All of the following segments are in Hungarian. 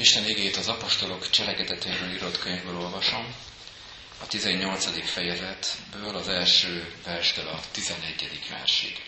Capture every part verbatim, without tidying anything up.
Isten igét az apostolok cselekedetéről írott könyvből olvasom, a tizennyolcadik fejezetből az első verstől a tizenegyedik versig.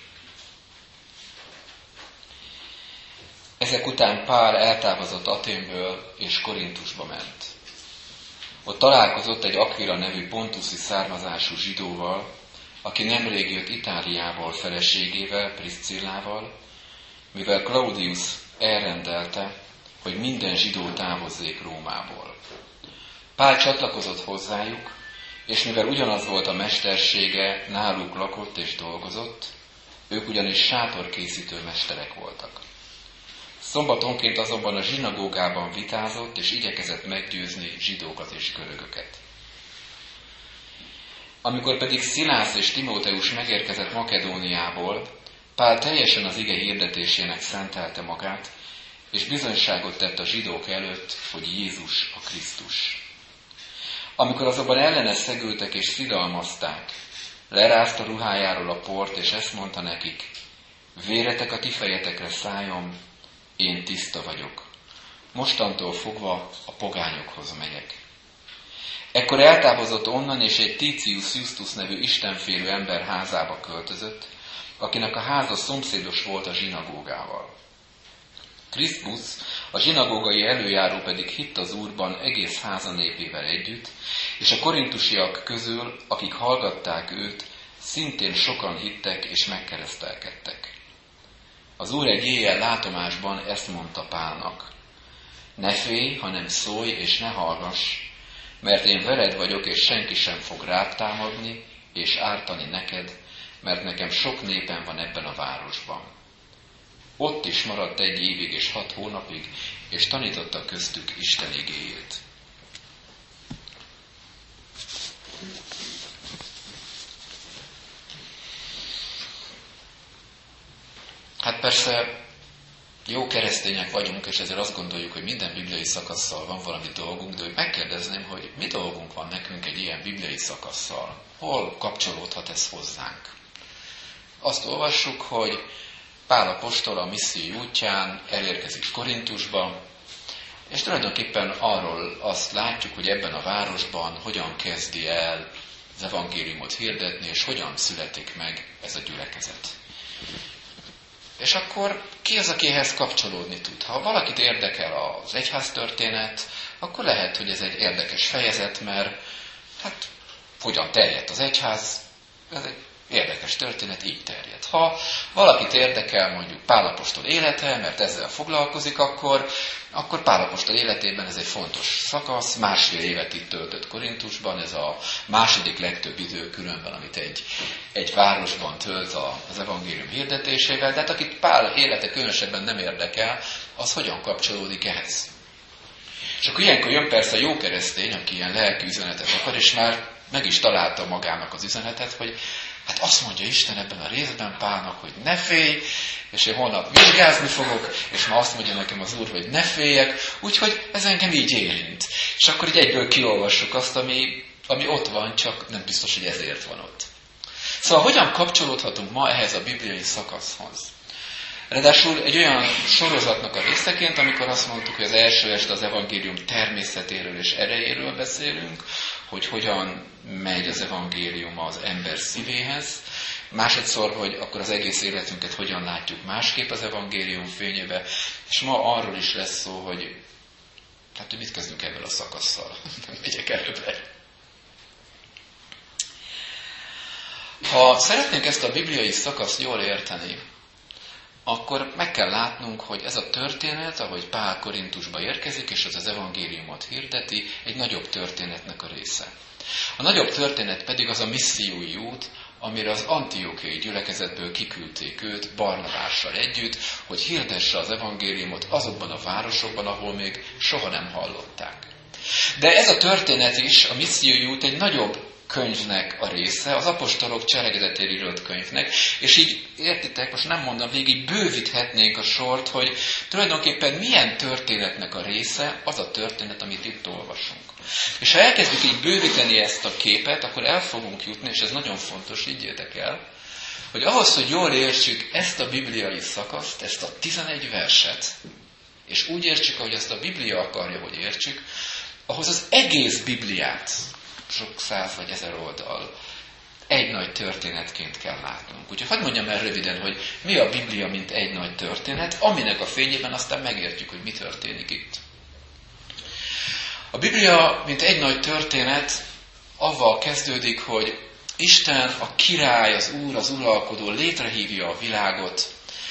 Ezek után Pál eltávozott Athénből és Korintusba ment. Ott találkozott egy Akvila nevű pontuszi származású zsidóval, aki nemrég jött Itáliából feleségével, Priscillával, mivel Claudius elrendelte, hogy minden zsidó távozzék Rómából. Pál csatlakozott hozzájuk, és mivel ugyanaz volt a mestersége, náluk lakott és dolgozott, ők ugyanis sátorkészítő mesterek voltak. Szombatonként azonban a zsinagógában vitázott, és igyekezett meggyőzni zsidókat és görögöket. Amikor pedig Szilász és Timóteus megérkezett Makedóniából, Pál teljesen az ige hirdetésének szentelte magát, és bizonyságot tett a zsidók előtt, hogy Jézus a Krisztus. Amikor azonban ellene szegültek és szidalmazták, lerázta ruhájáról a port, és ezt mondta nekik: véretek a ti fejetekre szálljon, én tiszta vagyok. Mostantól fogva a pogányokhoz megyek. Ekkor eltávozott onnan, és egy Titius Justus nevű istenfélő ember házába költözött, akinek a háza szomszédos volt a zsinagógával. Krisztus, a zsinagógai előjáró pedig hitt az Úrban egész háza népével együtt, és a korintusiak közül, akik hallgatták őt, szintén sokan hittek és megkeresztelkedtek. Az Úr egy éjjel látomásban ezt mondta Pálnak: ne félj, hanem szólj és ne hallgass, mert én veled vagyok, és senki sem fog rád támadni és ártani neked, mert nekem sok népem van ebben a városban. Ott is maradt egy évig és hat hónapig, és tanította köztük Isten igéjét. Hát persze jó keresztények vagyunk, és ezért azt gondoljuk, hogy minden bibliai szakasszal van valami dolgunk, de megkérdezném, hogy mi dolgunk van nekünk egy ilyen bibliai szakasszal? Hol kapcsolódhat ez hozzánk? Azt olvassuk, hogy Pál apostol a misszió útján elérkezik Korintusba, és tulajdonképpen arról azt látjuk, hogy ebben a városban hogyan kezdi el az evangéliumot hirdetni, és hogyan születik meg ez a gyülekezet. És akkor ki az, aki ehhez kapcsolódni tud? Ha valakit érdekel az egyháztörténet, akkor lehet, hogy ez egy érdekes fejezet, mert hát hogyan terjedt az egyház, ez egy érdekes történet, így terjed. Ha valakit érdekel mondjuk Pál apostol élete, mert ezzel foglalkozik, akkor, akkor Pál apostol életében ez egy fontos szakasz, másfél évet itt töltött Korintusban, ez a második legtöbb idő különben, amit egy, egy városban tölt az evangélium hirdetésével, de hát akit Pál élete különösebben nem érdekel, az hogyan kapcsolódik ehhez? És akkor ilyenkor jön persze a jó keresztény, aki ilyen lelki üzenetet akar, és már meg is találta magának az üzenetet, hogy hát azt mondja Isten ebben a részben Pálnak, hogy ne félj, és én holnap vizsgázni fogok, és ma azt mondja nekem az Úr, hogy ne féljek, úgyhogy ez engem így érint. És akkor így egyből kiolvassuk azt, ami, ami ott van, csak nem biztos, hogy ezért van ott. Szóval hogyan kapcsolódhatunk ma ehhez a bibliai szakaszhoz? Ráadásul egy olyan sorozatnak a részeként, amikor azt mondtuk, hogy az első este az evangélium természetéről és erejéről beszélünk, hogy hogyan megy az evangélium az ember szívéhez, másodszor, hogy akkor az egész életünket hogyan látjuk másképp az evangélium fényébe, és ma arról is lesz szó, hogy hát, hogy mit kezdünk ebből a szakasszal. Nem megyek előbbre. Ha szeretnénk ezt a bibliai szakaszt jól érteni, akkor meg kell látnunk, hogy ez a történet, ahogy Pál Korintusba érkezik, és az az evangéliumot hirdeti, egy nagyobb történetnek a része. A nagyobb történet pedig az a missziói út, amire az antiókiai gyülekezetből kiküldték őt Barnabással együtt, hogy hirdesse az evangéliumot azokban a városokban, ahol még soha nem hallották. De ez a történet is, a missziói út egy nagyobb könyvnek a része, az apostolok cselekedetéről írott könyvnek, és így értitek, most nem mondom végig, bővíthetnénk a sort, hogy tulajdonképpen milyen történetnek a része az a történet, amit itt olvasunk. És ha elkezdjük így bővíteni ezt a képet, akkor el fogunk jutni, és ez nagyon fontos, higgyétek el, hogy ahhoz, hogy jól értsük ezt a bibliai szakaszt, ezt a tizenegy verset, és úgy értsük, ahogy azt a Biblia akarja, hogy értsük, ahhoz az egész Bibliát, sok száz vagy ezer oldal, egy nagy történetként kell látnunk. Úgyhogy hadd mondjam el röviden, hogy mi a Biblia, mint egy nagy történet, aminek a fényében aztán megértjük, hogy mi történik itt. A Biblia, mint egy nagy történet, avval kezdődik, hogy Isten, a király, az Úr, az uralkodó létrehívja a világot,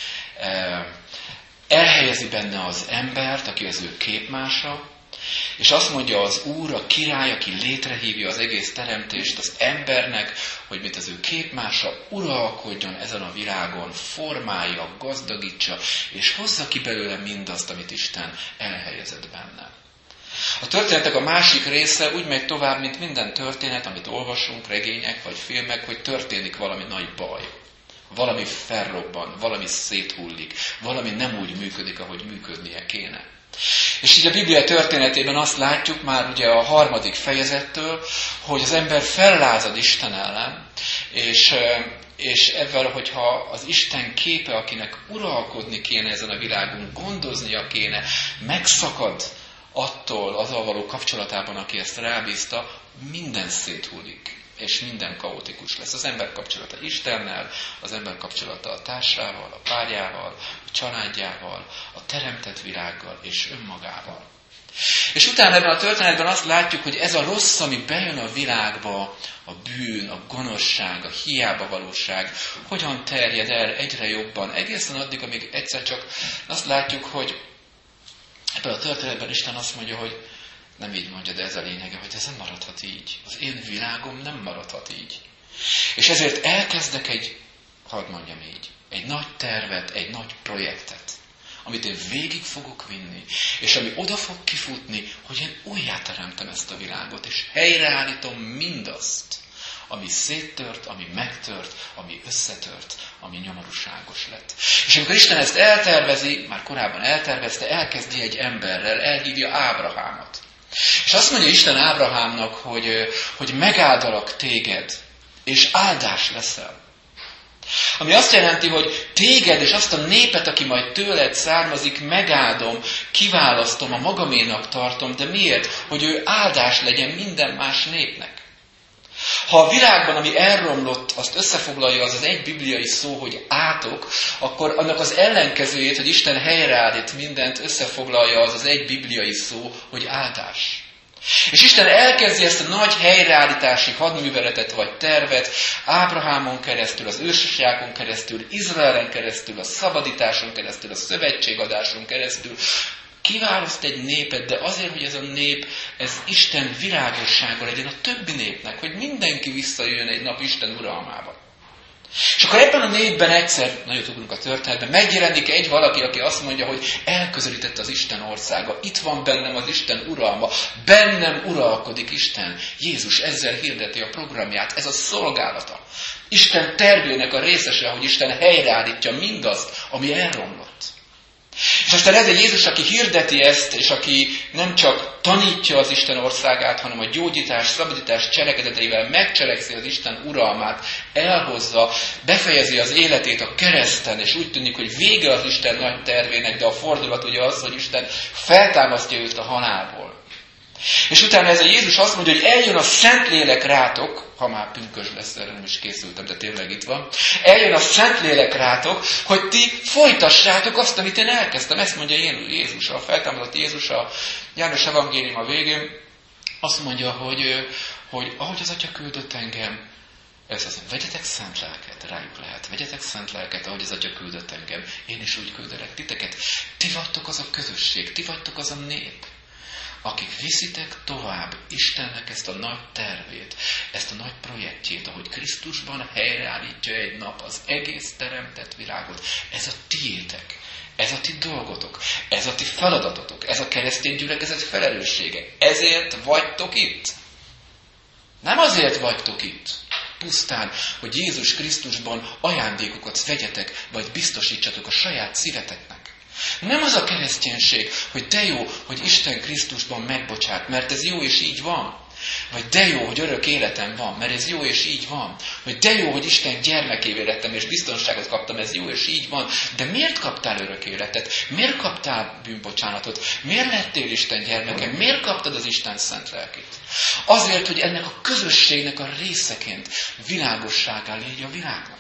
elhelyezi benne az embert, aki az ő képmása, és azt mondja az Úr, a király, aki létrehívja az egész teremtést az embernek, hogy mint az ő képmása uralkodjon ezen a világon, formálja, gazdagítsa, és hozza ki belőle mindazt, amit Isten elhelyezett benne. A történetek a másik része úgy megy tovább, mint minden történet, amit olvasunk, regények vagy filmek, hogy történik valami nagy baj. Valami felrobban, valami széthullik, valami nem úgy működik, ahogy működnie kéne. És így a Biblia történetében azt látjuk már ugye a harmadik fejezettől, hogy az ember fellázad Isten ellen, és, és ebben, hogyha az Isten képe, akinek uralkodni kéne ezen a világon, gondoznia kéne, megszakad attól azzal való kapcsolatában, aki ezt rábízta, minden széthullik, és minden kaotikus lesz. Az ember kapcsolata Istennel, az ember kapcsolata a társával, a párjával, a családjával, a teremtett világgal és önmagával. És utána ebben a történetben azt látjuk, hogy ez a rossz, ami bejön a világba, a bűn, a gonoszság, a hiába valóság, hogyan terjed el egyre jobban, egészen addig, amíg egyszer csak azt látjuk, hogy ebben a történetben Isten azt mondja, hogy nem így mondja, de ez a lényege, hogy ez nem maradhat így. Az én világom nem maradhat így. És ezért elkezdek egy, hadd mondjam így, egy nagy tervet, egy nagy projektet, amit én végig fogok vinni, és ami oda fog kifutni, hogy én újjáteremtem ezt a világot, és helyreállítom mindazt, ami széttört, ami megtört, ami összetört, ami nyomorúságos lett. És amikor Isten ezt eltervezi, már korábban eltervezte, elkezdi egy emberrel, elhívja Ábrahámot. És azt mondja Isten Ábrahámnak, hogy, hogy megáldalak téged, és áldás leszel. Ami azt jelenti, hogy téged és azt a népet, aki majd tőled származik, megáldom, kiválasztom, a magaménak tartom, de miért? Hogy ő áldás legyen minden más népnek. Ha a világban, ami elromlott, azt összefoglalja az az egy bibliai szó, hogy átok, akkor annak az ellenkezőjét, hogy Isten helyreállít mindent, összefoglalja az az egy bibliai szó, hogy áldás. És Isten elkezdi ezt a nagy helyreállítási hadműveletet vagy tervet Ábrahámon keresztül, az ősösjákon keresztül, Izraelen keresztül, a szabadításon keresztül, a szövetségadáson keresztül. Kiválaszt egy népet, de azért, hogy ez a nép, ez Isten világossága legyen a többi népnek, hogy mindenki visszajöjjön egy nap Isten uralmába. És akkor ebben a népben egyszer, nagyon ugrunk a történetben, megjelenik egy valaki, aki azt mondja, hogy elközelített az Isten országa, itt van bennem az Isten uralma, bennem uralkodik Isten. Jézus ezzel hirdeti a programját, ez a szolgálata. Isten tervének a részese, hogy Isten helyreállítja mindazt, ami elromlott. És aztán ez egy Jézus, aki hirdeti ezt, és aki nem csak tanítja az Isten országát, hanem a gyógyítás, szabadítás cselekedeteivel megcselekszi az Isten uralmát, elhozza, befejezi az életét a kereszten, és úgy tűnik, hogy vége az Isten nagy tervének, de a fordulat ugye az, hogy Isten feltámasztja őt a halálból. És utána ez a Jézus azt mondja, hogy eljön a Szentlélek rátok, ha már pünkös lesz, erre nem is készültem, de tényleg itt van. Eljön a Szentlélek rátok, hogy ti folytassátok azt, amit én elkezdtem. Ezt mondja Jézus, a feltámadott Jézus, a János evangélium a végén. Azt mondja, hogy, hogy ahogy az Atya küldött engem, ez az, vegyetek szent lelket, rájuk lehet, vegyetek szent lelket, ahogy az Atya küldött engem, én is úgy küldelek titeket. Ti vagytok az a közösség, ti vagytok az a nép, akik viszitek tovább Istennek ezt a nagy tervét, ezt a nagy projektjét, ahogy Krisztusban helyreállítja egy nap az egész teremtett világot. Ez a tiétek, ez a ti dolgotok, ez a ti feladatotok, ez a keresztény gyülekezet felelőssége. Ezért vagytok itt. Nem azért vagytok itt, pusztán, hogy Jézus Krisztusban ajándékokat vegyetek, vagy biztosítsatok a saját szíveteknek. Nem az a kereszténység, hogy de jó, hogy Isten Krisztusban megbocsát, mert ez jó és így van. Vagy de jó, hogy örök életem van, mert ez jó és így van. Vagy de jó, hogy Isten gyermekévé lettem, és biztonságot kaptam, ez jó és így van. De miért kaptál örök életet? Miért kaptál bűnbocsánatot? Miért lettél Isten gyermeke? Miért kaptad az Isten szent lelkét? Azért, hogy ennek a közösségnek a részeként világosságá légy a világnak.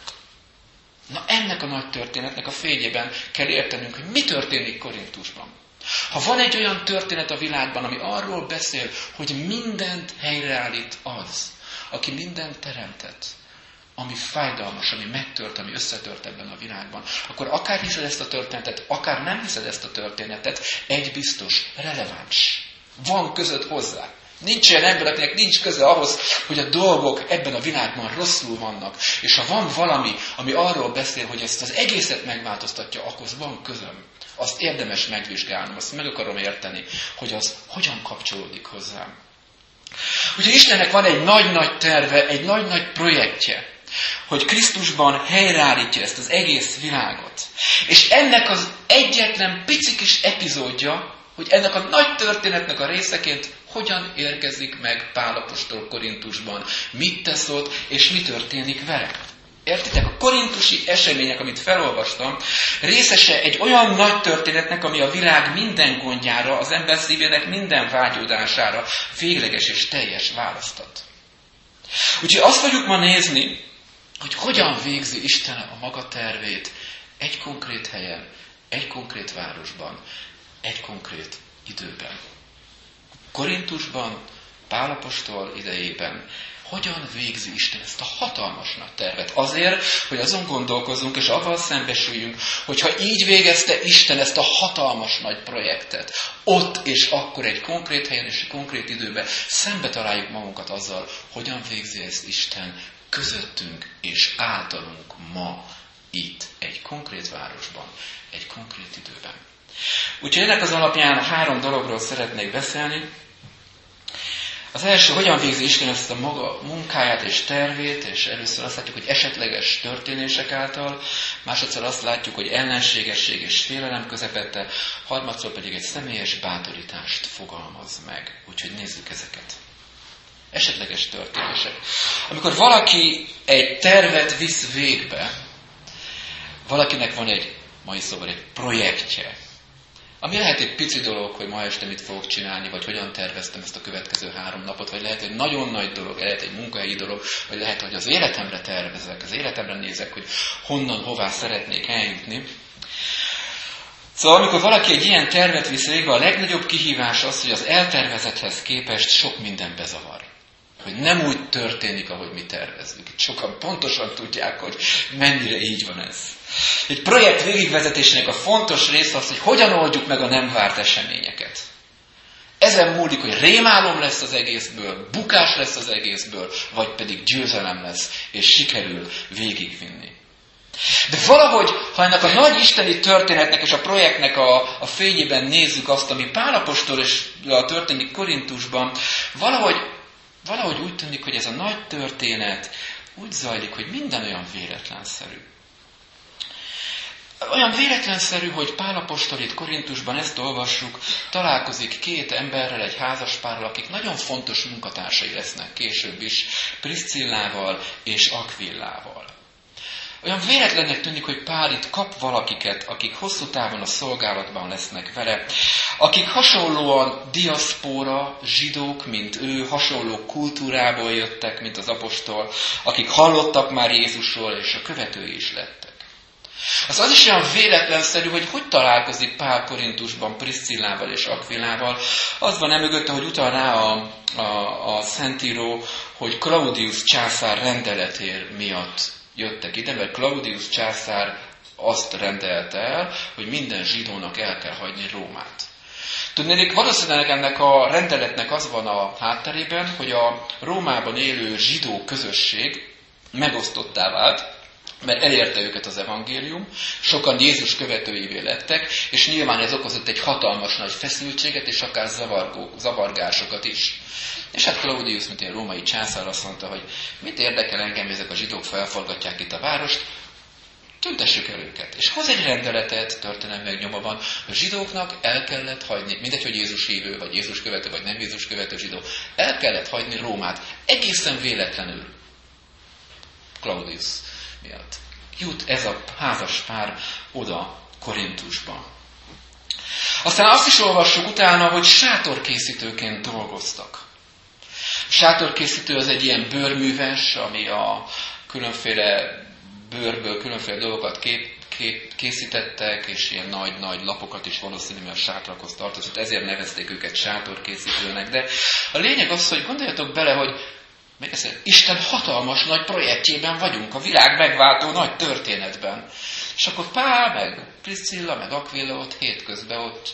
Na ennek a nagy történetnek a fényében kell értenünk, hogy mi történik Korintusban. Ha van egy olyan történet a világban, ami arról beszél, hogy mindent helyreállít az, aki mindent teremtett, ami fájdalmas, ami megtört, ami összetört ebben a világban, akkor akár hiszed ezt a történetet, akár nem hiszed ezt a történetet, egy biztos, releváns. Van között hozzá. Nincs olyan ember, akinek nincs köze ahhoz, hogy a dolgok ebben a világban rosszul vannak. És ha van valami, ami arról beszél, hogy ezt az egészet megváltoztatja, akkor van közöm. Azt érdemes megvizsgálnom, azt meg akarom érteni, hogy az hogyan kapcsolódik hozzám. Ugye Istennek van egy nagy-nagy terve, egy nagy-nagy projektje, hogy Krisztusban helyreállítja ezt az egész világot. És ennek az egyetlen pici kis epizódja, hogy ennek a nagy történetnek a részeként hogyan érkezik meg Pál apostol Korintusban, mit tesz ott, és mi történik vele. Értitek? A korintusi események, amit felolvastam, részese egy olyan nagy történetnek, ami a világ minden gondjára, az ember szívének minden vágyódására végleges és teljes választ ad. Úgyhogy azt fogjuk ma nézni, hogy hogyan végzi Isten a maga tervét egy konkrét helyen, egy konkrét városban, egy konkrét időben. Korintusban, Pál apostol idejében hogyan végzi Isten ezt a hatalmas nagy tervet? Azért, hogy azon gondolkozunk, és avval szembesüljünk, hogyha így végezte Isten ezt a hatalmas nagy projektet, ott és akkor egy konkrét helyen és egy konkrét időben szembe találjuk magunkat azzal, hogyan végzi ezt Isten közöttünk és általunk ma itt, egy konkrét városban, egy konkrét időben. Úgyhogy ennek az alapján három dologról szeretnék beszélni. Az első, hogyan végzi Isten ezt a maga munkáját és tervét, és először azt látjuk, hogy esetleges történések által, másodszor azt látjuk, hogy ellenségesség és félelem közepette, harmadszor pedig egy személyes bátorítást fogalmaz meg. Úgyhogy nézzük ezeket. Esetleges történések. Amikor valaki egy tervet visz végbe, valakinek van egy, mai szóval egy projektje, ami lehet egy pici dolog, hogy ma este mit fogok csinálni, vagy hogyan terveztem ezt a következő három napot, vagy lehet egy nagyon nagy dolog, lehet egy munkahelyi dolog, vagy lehet, hogy az életemre tervezek, az életemre nézek, hogy honnan, hová szeretnék eljutni. Szóval amikor valaki egy ilyen tervet visz végbe, a legnagyobb kihívás az, hogy az eltervezethez képest sok minden bezavar. Hogy nem úgy történik, ahogy mi tervezzük. Itt sokan pontosan tudják, hogy mennyire így van ez. Egy projekt végigvezetésének a fontos része az, hogy hogyan oldjuk meg a nem várt eseményeket. Ezen múlik, hogy rémálom lesz az egészből, bukás lesz az egészből, vagy pedig győzelem lesz, és sikerül végigvinni. De valahogy, ha ennek a nagy isteni történetnek és a projektnek a, a fényében nézzük azt, ami Pál apostol és történik Korintusban, valahogy, valahogy úgy tűnik, hogy ez a nagy történet úgy zajlik, hogy minden olyan véletlenszerű. Olyan véletlenszerű, hogy Pál apostol itt Korintusban, ezt olvassuk, találkozik két emberrel, egy házaspárral, akik nagyon fontos munkatársai lesznek később is, Priscillával és Akvillával. Olyan véletlennek tűnik, hogy Pál itt kap valakiket, akik hosszú távon a szolgálatban lesznek vele, akik hasonlóan diaszpóra zsidók, mint ő, hasonló kultúrából jöttek, mint az apostol, akik hallottak már Jézusról, és a követői is lettek. Az az is olyan véletlenszerű, hogy hogy találkozik Pál Korintusban Priscillával és Akvillával. Az van emögötte, hogy utal rá a, a, a Szentíró, hogy Claudius császár rendeletér miatt jöttek ide, mert Claudius császár azt rendelte el, hogy minden zsidónak el kell hagyni Rómát. Tudnék, valószínűleg ennek a rendeletnek az van a hátterében, hogy a Rómában élő zsidó közösség megosztottá vált, mert elérte őket az evangélium, sokan Jézus követőivé lettek, és nyilván ez okozott egy hatalmas nagy feszültséget, és akár zavargó, zavargásokat is. És hát Claudius, mint egy római császár azt mondta, hogy mit érdekel engem, ezek a zsidók felforgatják itt a várost, tüntessük el őket. És hoz egy rendeletet, történelmi megnyomában, a zsidóknak el kellett hagyni, mindegy, hogy Jézus hívő, vagy Jézus követő, vagy nem Jézus követő zsidó, el kellett hagyni Rómát. Egészen véletlenül. Claudius miatt. Jut ez a házas pár oda Korintusba. Aztán azt is olvassuk utána, hogy sátorkészítőként dolgoztak. A sátorkészítő az egy ilyen bőrműves, ami a különféle bőrből különféle dolgokat kép, kép, készítettek, és ilyen nagy-nagy lapokat is valószínűleg a sátrakhoz tartozott, ezért nevezték őket sátorkészítőnek. De a lényeg az, hogy gondoljatok bele, hogy Isten hatalmas nagy projektjében vagyunk, a világ megváltó nagy történetben. És akkor Pál, meg Priscilla, meg Aquila ott hétközben ott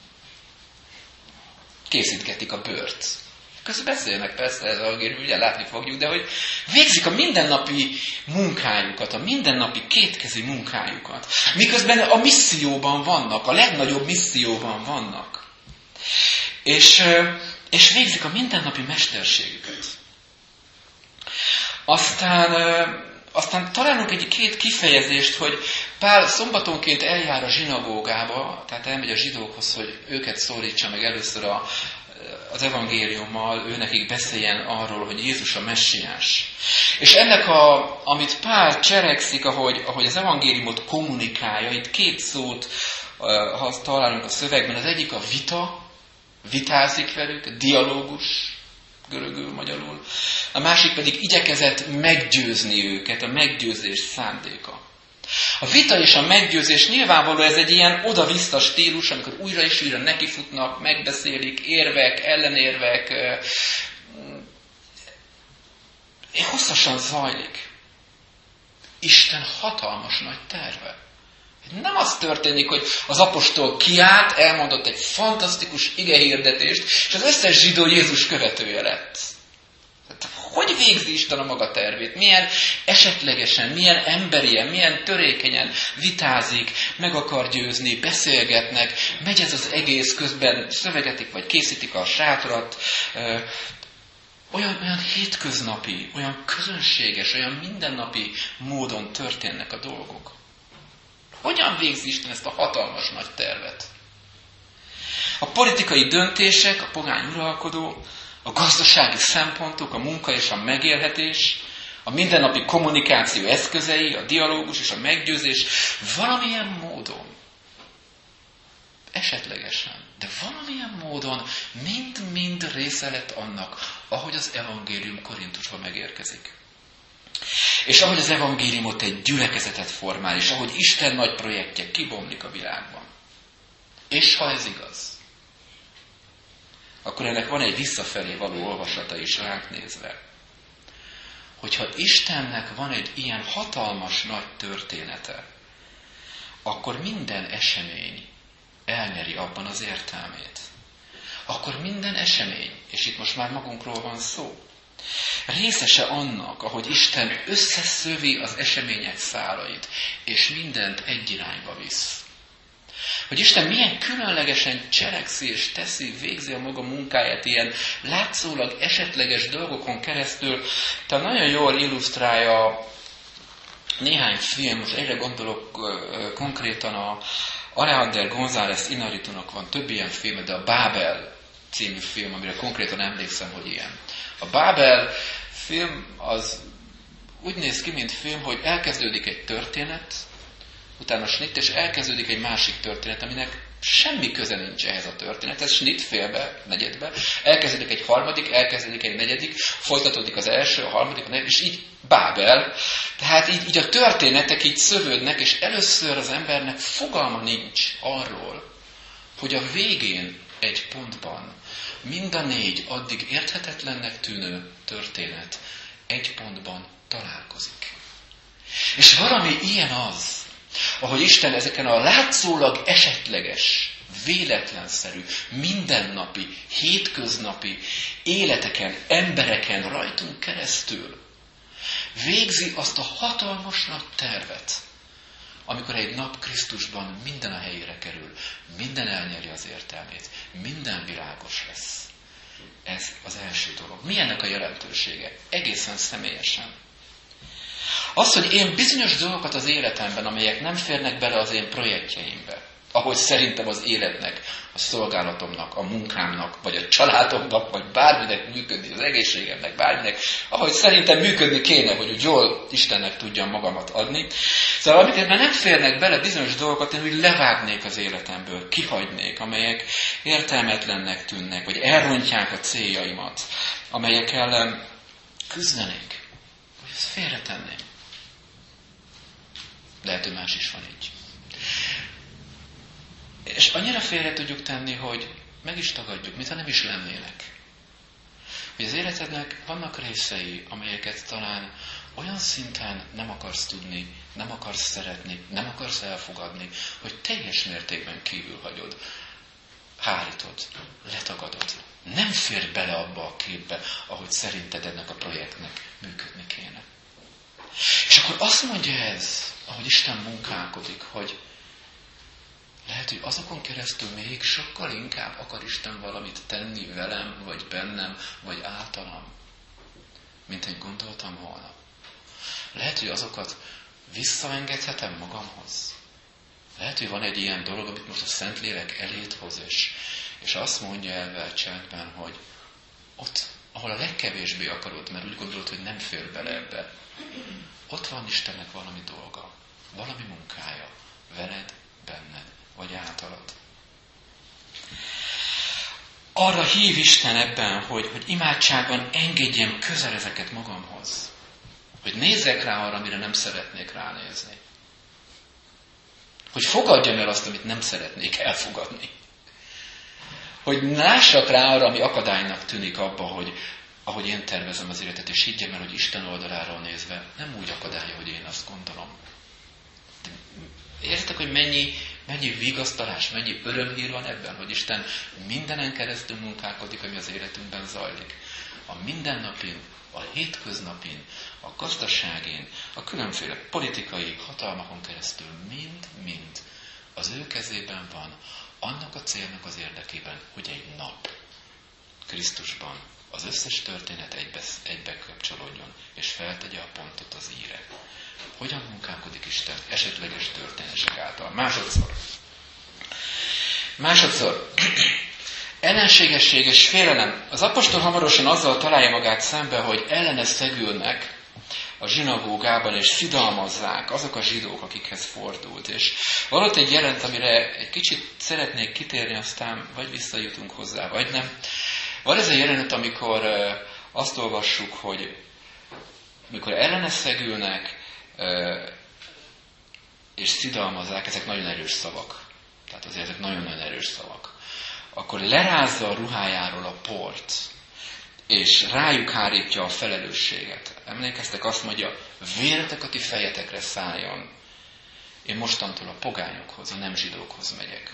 készítgetik a bőrt. Közben beszélnek persze, ez algérű, ugye látni fogjuk, de hogy végzik a mindennapi munkájukat, a mindennapi kétkezi munkájukat. Miközben a misszióban vannak, a legnagyobb misszióban vannak. És, és végzik a mindennapi mesterségüket. Aztán, aztán találunk egy két kifejezést, hogy Pál szombatonként eljár a zsinagógába, tehát elmegy a zsidókhoz, hogy őket szólítsa meg először a, az evangéliummal, ő nekik beszéljen arról, hogy Jézus a messiás. És ennek, a, amit Pál cselekszik, ahogy, ahogy az evangéliumot kommunikálja, itt két szót ha találunk a szövegben, az egyik a vita, vitázik velük, dialógus, görögül, magyarul. A másik pedig igyekezett meggyőzni őket, a meggyőzés szándéka. A vita és a meggyőzés nyilvánvaló, ez egy ilyen oda-vissza stílus, amikor újra és újra nekifutnak, megbeszélik, érvek, ellenérvek. Hosszasan zajlik. Isten hatalmas nagy terve. Nem az történik, hogy az apostol kiállt, elmondott egy fantasztikus igehirdetést, és az összes zsidó Jézus követője lett. Tehát, hogy végzi Isten a maga tervét? Milyen esetlegesen, milyen emberien, milyen törékenyen vitázik, meg akar győzni, beszélgetnek, megy ez az egész, közben szövegetik, vagy készítik a sátrat. Olyan, olyan hétköznapi, olyan közönséges, olyan mindennapi módon történnek a dolgok. Hogyan végzi Isten ezt a hatalmas nagy tervet? A politikai döntések, a pogány uralkodó, a gazdasági szempontok, a munka és a megélhetés, a mindennapi kommunikáció eszközei, a dialógus és a meggyőzés valamilyen módon, esetlegesen, de valamilyen módon mind-mind része lett annak, ahogy az evangélium Korintusba megérkezik. És ahogy az evangéliumot egy gyülekezetet formál, és ahogy Isten nagy projektje kibomlik a világban. És ha ez igaz, akkor ennek van egy visszafelé való olvasata is ránk nézve. Hogyha Istennek van egy ilyen hatalmas nagy története, akkor minden esemény elnyeri abban az értelmét. Akkor minden esemény, és itt most már magunkról van szó, részese annak, ahogy Isten összeszövi az események szálait, és mindent egy irányba visz. Hogy Isten milyen különlegesen cselekszi és teszi, végzi a maga munkáját ilyen látszólag esetleges dolgokon keresztül. Tehát nagyon jól illusztrálja néhány film, most egyre gondolok konkrétan a Alejandro González Iñárritunak van több ilyen film, de a Bábel című film, amire konkrétan emlékszem, hogy ilyen. A Bábel film az úgy néz ki, mint film, hogy elkezdődik egy történet, utána snitt, és elkezdődik egy másik történet, aminek semmi köze nincs ehhez a történethez, snitt félbe, negyedbe, elkezdődik egy harmadik, elkezdődik egy negyedik, folytatódik az első, a harmadik, a negyedik, és így Bábel. Tehát így, így a történetek így szövődnek, és először az embernek fogalma nincs arról, hogy a végén egy pontban mind a négy addig érthetetlennek tűnő történet egy pontban találkozik. És valami ilyen az, ahogy Isten ezeken a látszólag esetleges, véletlenszerű, mindennapi, hétköznapi életeken, embereken rajtunk keresztül végzi azt a hatalmas nagy tervet, amikor egy nap Krisztusban minden a helyére kerül, minden elnyeri az értelmét, minden világos lesz. Ez az első dolog. Mi ennek a jelentősége? Egészen személyesen. Az, hogy én bizonyos dolgokat az életemben, amelyek nem férnek bele az én projektjeimbe, ahogy szerintem az életnek, a szolgálatomnak, a munkámnak, vagy a családomnak, vagy bárminek működni, az egészségemnek, bárminek, ahogy szerintem működni kéne, hogy úgy jól Istennek tudjam magamat adni. Szóval amiket már nem férnek bele bizonyos dolgokat, én úgy levágnék az életemből, kihagynék, amelyek értelmetlennek tűnnek, vagy elrontják a céljaimat, amelyek ellen küzdenék, hogy ezt félretenném. Lehet, hogy más is van így. És annyira félre tudjuk tenni, hogy meg is tagadjuk, mintha nem is lennének. Hogy az életednek vannak részei, amelyeket talán olyan szinten nem akarsz tudni, nem akarsz szeretni, nem akarsz elfogadni, hogy teljes mértékben kívül hagyod, hárítod, letagadod. Nem fér bele abba a képbe, ahogy szerinted ennek a projektnek működni kéne. És akkor azt mondja ez, ahogy Isten munkálkodik, hogy lehet, hogy azokon keresztül még sokkal inkább akar Isten valamit tenni velem, vagy bennem, vagy általam, mint én gondoltam volna. Lehet, hogy azokat visszaengedhetem magamhoz. Lehet, hogy van egy ilyen dolog, amit most a Szentlélek elét hoz, és, és azt mondja el csendben, hogy ott, ahol a legkevésbé akarod, mert úgy gondolod, hogy nem fér bele ebbe, ott van Istennek valami dolga, valami munkája, veled, benned, vagy általad. Arra hív Isten ebben, hogy, hogy imádságban engedjem közel ezeket magamhoz. Hogy nézzek rá arra, amire nem szeretnék ránézni. Hogy fogadjam el azt, amit nem szeretnék elfogadni. Hogy lássak rá arra, ami akadálynak tűnik abba, hogy ahogy én tervezem az életet, és higgyem el, hogy Isten oldaláról nézve nem úgy akadály, hogy én azt gondolom. Érzitek, hogy mennyi, mennyi vigasztalás, mennyi örömhír van ebben, hogy Isten mindenen keresztül munkálkodik, ami az életünkben zajlik. A mindennapin, a hétköznapin, a gazdaságén, a különféle politikai hatalmakon keresztül mind-mind az ő kezében van, annak a célnak az érdekében, hogy egy nap Krisztusban az összes történet egybe, egybe kapcsolódjon, és feltegye a pontot az íre. Hogyan munkálkodik Isten esetleges történések által? Másodszor. Másodszor. Ellenségesség és félelem. Az apostol hamarosan azzal találja magát szembe, hogy ellene szegülnek a zsinagógában, és szidalmazzák azok a zsidók, akikhez fordult. És valót egy jelent, amire egy kicsit szeretnék kitérni, aztán vagy visszajutunk hozzá, vagy nem. Van ez a jelenet, amikor azt olvassuk, hogy amikor ellene szegülnek, és szidalmazzák, ezek nagyon erős szavak. Tehát azért ezek nagyon-nagyon erős szavak. Akkor lerázza a ruhájáról a port, és rájuk hárítja a felelősséget. Emlékeztek, azt mondja, véretek a ti fejetekre szálljon. Én mostantól a pogányokhoz, a nem zsidókhoz megyek.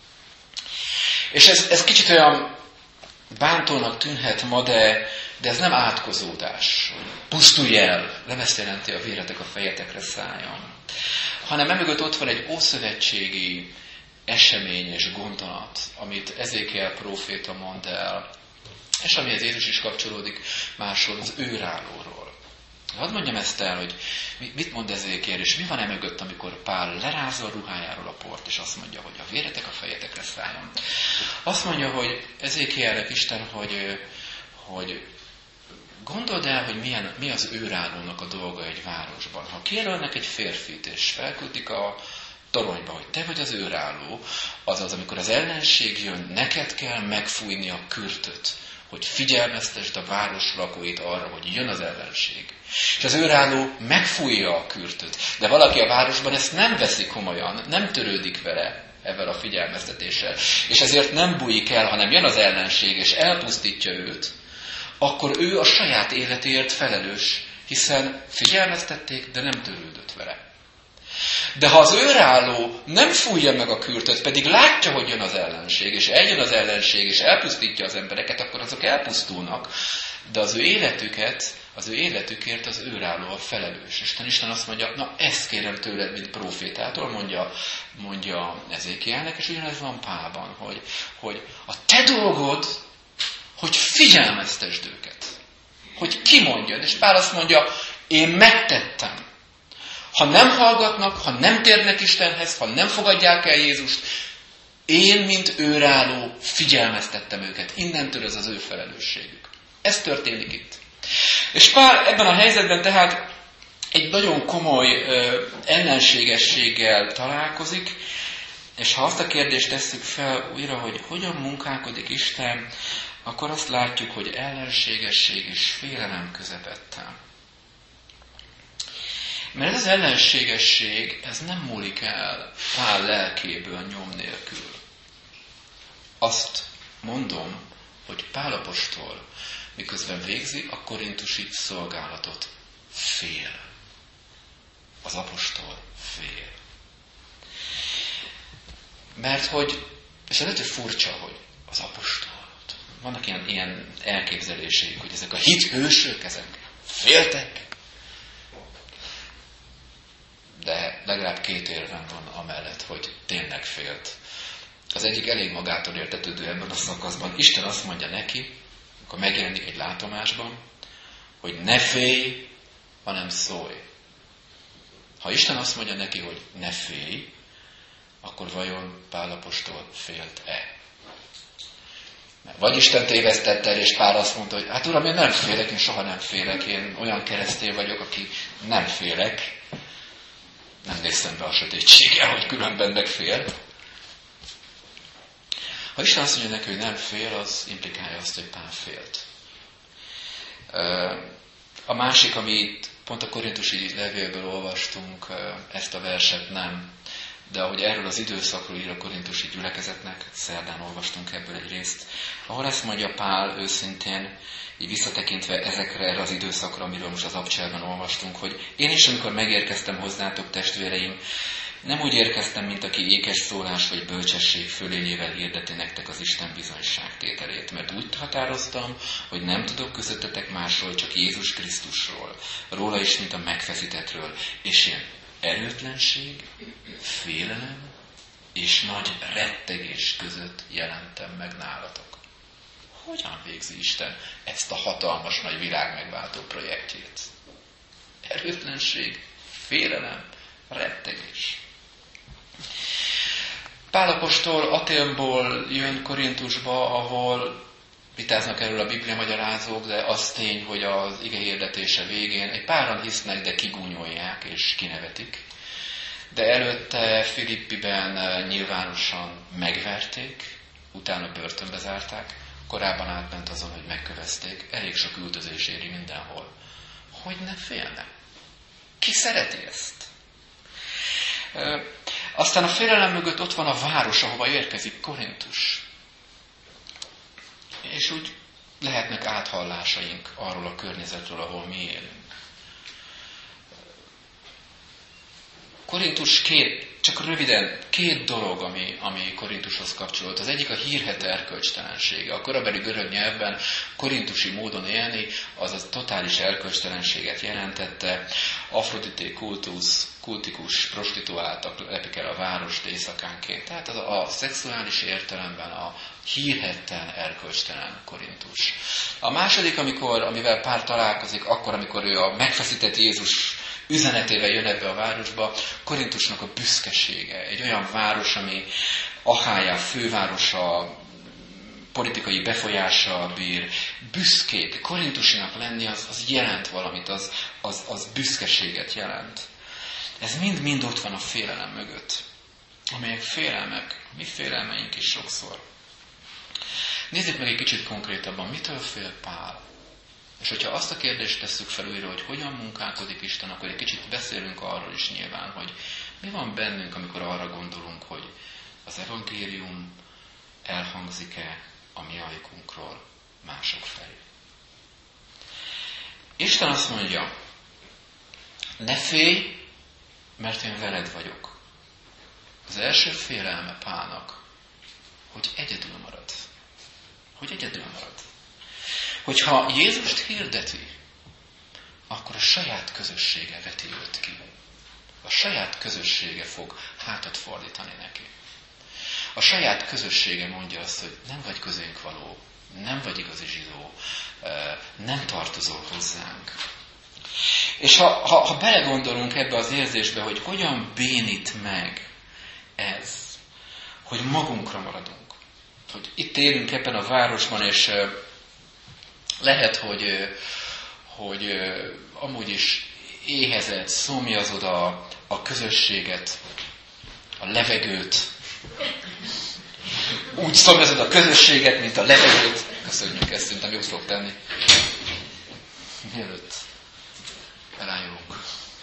És ez, ez kicsit olyan bántónak tűnhet ma, de, de ez nem átkozódás. Pusztulj el, nem ezt jelenti a véretek a fejetekre szálljon. Hanem emögött ott van egy ószövetségi esemény és gondolat, amit Ezékiel próféta mond el, és amihez Jézus is kapcsolódik máshol, az őrállóról. Hadd mondjam ezt el, hogy mit mond Ezékiel, és mi van emögött, amikor Pál lerázza a ruhájáról a port, és azt mondja, hogy a véretek a fejetekre szálljon. Azt mondja, hogy Ezékielnek Isten, hogy, hogy gondold el, hogy milyen, mi az őrállónak a dolga egy városban. Ha kijelölnek egy férfit, és felküldik a toronyba, hogy te vagy az őrálló, azaz, amikor az ellenség jön, neked kell megfújni a kürtöt, hogy figyelmeztesd a város lakóit arra, hogy jön az ellenség. És az őrálló megfújja a kürtöt. De valaki a városban ezt nem veszi komolyan, nem törődik vele, ezzel a figyelmeztetéssel. És ezért nem bújik el, hanem jön az ellenség, és elpusztítja őt, akkor ő a saját életéért felelős, hiszen figyelmeztették, de nem törődött vele. De ha az őrálló nem fújja meg a kürtöt, pedig látja, hogy jön az ellenség, és eljön az ellenség, és elpusztítja az embereket, akkor azok elpusztulnak. De az ő életüket, az ő életükért az őrálló a felelős. Isten Isten azt mondja, na ezt kérem tőled, mint prófétától, mondja, mondja Ezékielnek, és ugyanez van Pálban, hogy, hogy a te dolgod, hogy figyelmeztesd őket. Hogy kimondjad. És Pál azt mondja, én megtettem. Ha nem hallgatnak, ha nem térnek Istenhez, ha nem fogadják el Jézust, én, mint őrálló, figyelmeztettem őket. Innentől ez az ő felelősségük. Ez történik itt. És Pál ebben a helyzetben tehát egy nagyon komoly ö, ellenségességgel találkozik, és ha azt a kérdést tesszük fel újra, hogy hogyan munkálkodik Isten, akkor azt látjuk, hogy ellenségesség és félelem közepette. Mert ez az ellenségesség, ez nem múlik el Pál lelkéből nyom nélkül. Azt mondom, hogy Pál apostol, miközben végzi a korintusi szolgálatot, fél. Az apostol fél. Mert hogy, és ez hogy furcsa, hogy az apostol, vannak ilyen, ilyen elképzeléseik, hogy ezek a hithősök, ezek féltek. De legalább két érvem van amellett, hogy tényleg félt. Az egyik elég magától értetődő ebben a szakaszban. Isten azt mondja neki, akkor megjelenik egy látomásban, hogy ne félj, hanem szólj. Ha Isten azt mondja neki, hogy ne félj, akkor vajon Pál apostol félt-e? Vagy Isten tévesztett el, és Pál azt mondta, hogy hát Uram, én nem félek, én soha nem félek, én olyan keresztény vagyok, aki nem félek. Nem néztem be a sötétséggel, hogy különben megfél. Ha Isten azt mondja neki, hogy nem fél, az implikálja azt, hogy Pál félt. A másik, amit pont a korintusi levélből olvastunk, ezt a verset nem, de ahogy erről az időszakról ír a korintusi gyülekezetnek, szerdán olvastunk ebből egy részt, ahol ezt mondja Pál őszintén, így visszatekintve ezekre, erre az időszakra, amiről most az Abcselben olvastunk, hogy én is, amikor megérkeztem hozzátok, testvéreim, nem úgy érkeztem, mint aki ékes szólás vagy bölcsesség fölényével hirdeti nektek az Isten bizonyságtételét, mert úgy határoztam, hogy nem tudok közöttetek másról, csak Jézus Krisztusról, róla is, mint a megfeszítettről, és én erőtlenség, félelem és nagy rettegés között jelentem meg nálatok. Hogyan végzi Isten ezt a hatalmas nagy világ megváltó projektjét? Erőtlenség, félelem, rettegés. Pál apostol Athénból jön Korintusba, ahol vitáznak erről a Biblia magyarázók, de az tény, hogy az ige hirdetése végén egy páran hisznek, de kigúnyolják és kinevetik. De előtte Filippiben nyilvánosan megverték, utána börtönbe zárták, korábban átment azon, hogy megkövezték, elég sok üldözés éri mindenhol. Hogy ne félne? Ki szereti ezt? E, aztán a félelem mögött ott van a város, ahova érkezik, Korintus. És úgy lehetnek áthallásaink arról a környezetről, ahol mi élünk. Korintus két, csak röviden, két dolog, ami, ami Korintushoz kapcsolódott. Az egyik a hírhedt erkölcstelensége. A korabeli görög nyelvben korintusi módon élni, az a totális erkölcstelenséget jelentette. Afrodité kultusz, kultikus prostituáltak lepik el a várost éjszakánként. Tehát az a, a szexuális értelemben a hírhetten erkölcstelen Korintus. A második, amikor, amivel Pál találkozik, akkor, amikor ő a megfeszített Jézus üzenetével jön ebbe a városba, Korintusnak a büszkesége. Egy olyan város, ami Achája fővárosa, politikai befolyással bír, büszkék. Korintusinak lenni az, az jelent valamit, az, az, az büszkeséget jelent. Ez mind-mind ott van a félelem mögött, amelyek félelmek, mi félelmeink is sokszor. Nézzük meg egy kicsit konkrétabban, mitől fél Pál? És hogyha azt a kérdést tesszük fel újra, hogy hogyan munkálkodik Isten, akkor egy kicsit beszélünk arról is nyilván, hogy mi van bennünk, amikor arra gondolunk, hogy az evangélium elhangzik-e a mi ajkunkról mások felé. Isten azt mondja, ne félj, mert én veled vagyok. Az első félelme Pálnak, hogy egyedül marad. Hogy egyedül marad. Hogyha Jézust hirdeti, akkor a saját közössége veti őt ki. A saját közössége fog hátat fordítani neki. A saját közössége mondja azt, hogy nem vagy közénk való, nem vagy igazi zsidó, nem tartozol hozzánk. És ha, ha, ha belegondolunk ebbe az érzésbe, hogy hogyan bénít meg ez, hogy magunkra maradunk. Hogy itt élünk ebben a városban, és lehet, hogy, hogy amúgy is éhezed, szomjazod a, a közösséget, a levegőt. Úgy szomjazod a közösséget, mint a levegőt. Köszönjük, ezt szerintem jót fog tenni. Mielőtt elájulunk.